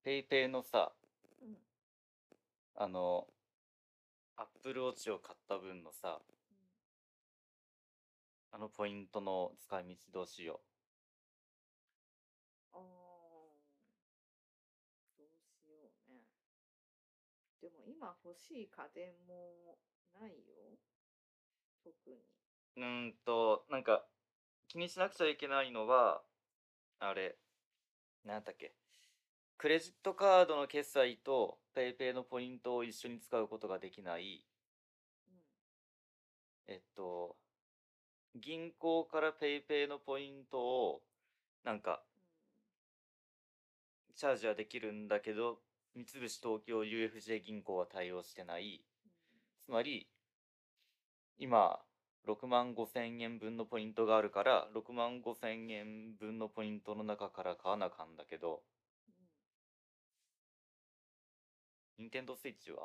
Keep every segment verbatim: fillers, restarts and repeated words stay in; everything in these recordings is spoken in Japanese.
ペイペイのさ、 うん。 あの、アップルウォッチを買った分のさ、 うん。 あのポイントの使い道どうしよああ、どうしようね。でも今欲しい家電もないよ。特に。 う。うーんと、なんか、気にしなくちゃいけないのは、あれ、なんだっけ。クレジットカードの決済とペイペイのポイントを一緒に使うことができない、 うん。 えっと、銀行からペイペイのポイントを、なんか、チャージはできるんだけど、三菱東京 ユーエフジェー 銀行は対応してない。 うん。 つまり、今、ろくまんごせんえん分のポイントがあるから、ろくまんごせんえん分のポイントの中から買わなあかんだけど、 うん。 ニンテンドースイッチは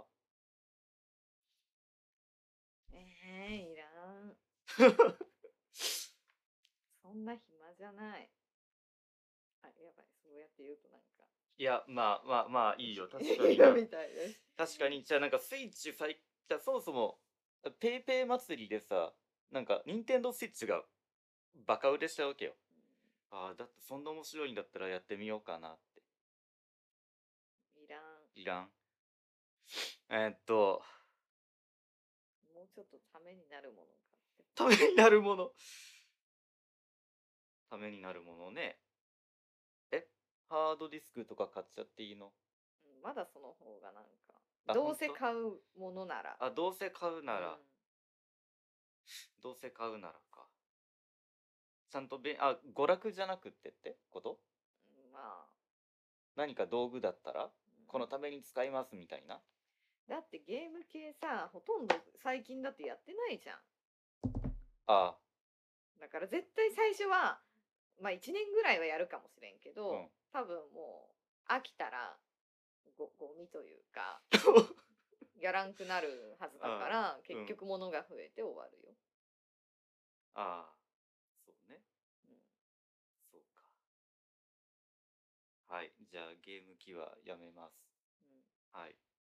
ええー、いらん。そんな暇じゃない。あ、やばい。そうやって言うとなんか、 いや、まあまあまあいいよ。確かに嫌な。 みたいです。 確かに。じゃあなんかスイッチ最、じゃあそもそも、ペイペイ祭りでさ、なんか、ニンテンドースイッチがバカ売れしたわけよ。ああ、だってそんな面白いんだったらやってみようかなって。 うん、いらん。 いらん。えーっと、 もうちょっとためになるもの買ってほしい。 ためになるもの。ためになるものね。え、ハードディスクとか買っちゃっていいの？ うん、まだその方がなんか、 あ、 どうせほんと？ 買うものなら。 あ、どうせ買ううん。 なら、どうせ買うならか。ちゃんとべ、あ、娯楽じゃなくってってこと？ うん、まあ、 何か道具だったら、 うん、 このために使いますみたいな。 だってゲーム系さ、ほとんど最近だってやってないじゃん。 あだから絶対最初は、まあいちねんぐらいはやるかもしれんけあ、うど、 ん。 多分もう飽きたらごゴミというか、やらんくなるはずだかあら、 あ、う結ん。 局物が増えて終わるよ。 ああ、そうね。 うん。 そうか。はい。じゃあゲーム機はやめます。 うん。 はい。